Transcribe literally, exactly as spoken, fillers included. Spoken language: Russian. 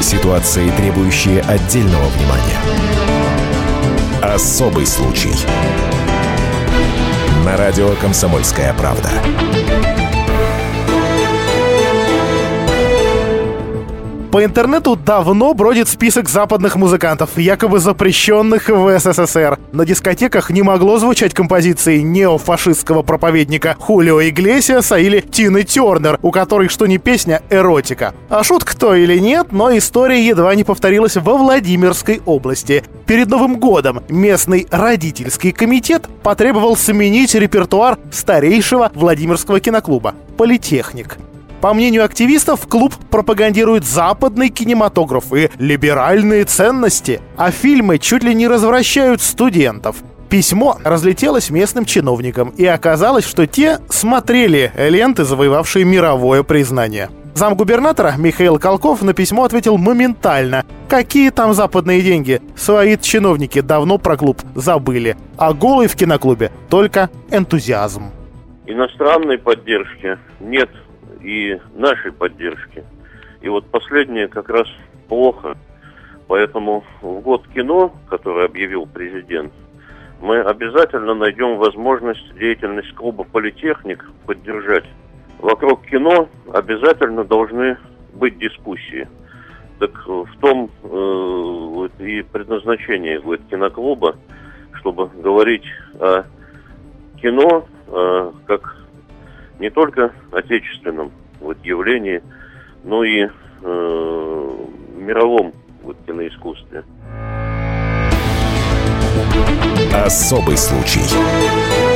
Ситуации, требующие отдельного внимания. Особый случай. На радио «Комсомольская правда». По интернету давно бродит список западных музыкантов, якобы запрещенных в СССР. На дискотеках не могло звучать композиции неофашистского проповедника Хулио Иглесиаса или Тины Тернер, у которой что ни песня, эротика. А шутка то или нет, но история едва не повторилась во Владимирской области. Перед Новым годом местный родительский комитет потребовал сменить репертуар старейшего Владимирского киноклуба «Политехник». По мнению активистов, клуб пропагандирует западный кинематограф и либеральные ценности, а фильмы чуть ли не развращают студентов. Письмо разлетелось местным чиновникам, и оказалось, что те смотрели ленты, завоевавшие мировое признание. Замгубернатора Михаил Колков на письмо ответил моментально. Какие там западные деньги? Свои чиновники давно про клуб забыли. А голый в киноклубе только энтузиазм. Иностранной поддержки нет. И нашей поддержки. И вот последнее как раз плохо. Поэтому в год кино, который объявил президент, мы обязательно найдем возможность деятельность клуба «Политехник» поддержать. Вокруг кино обязательно должны быть дискуссии. Так в том э, вот, и предназначение вот, киноклуба, чтобы говорить о кино э, как не только отечественном вот, явлении, но и э, мировом вот, киноискусстве. Особый случай.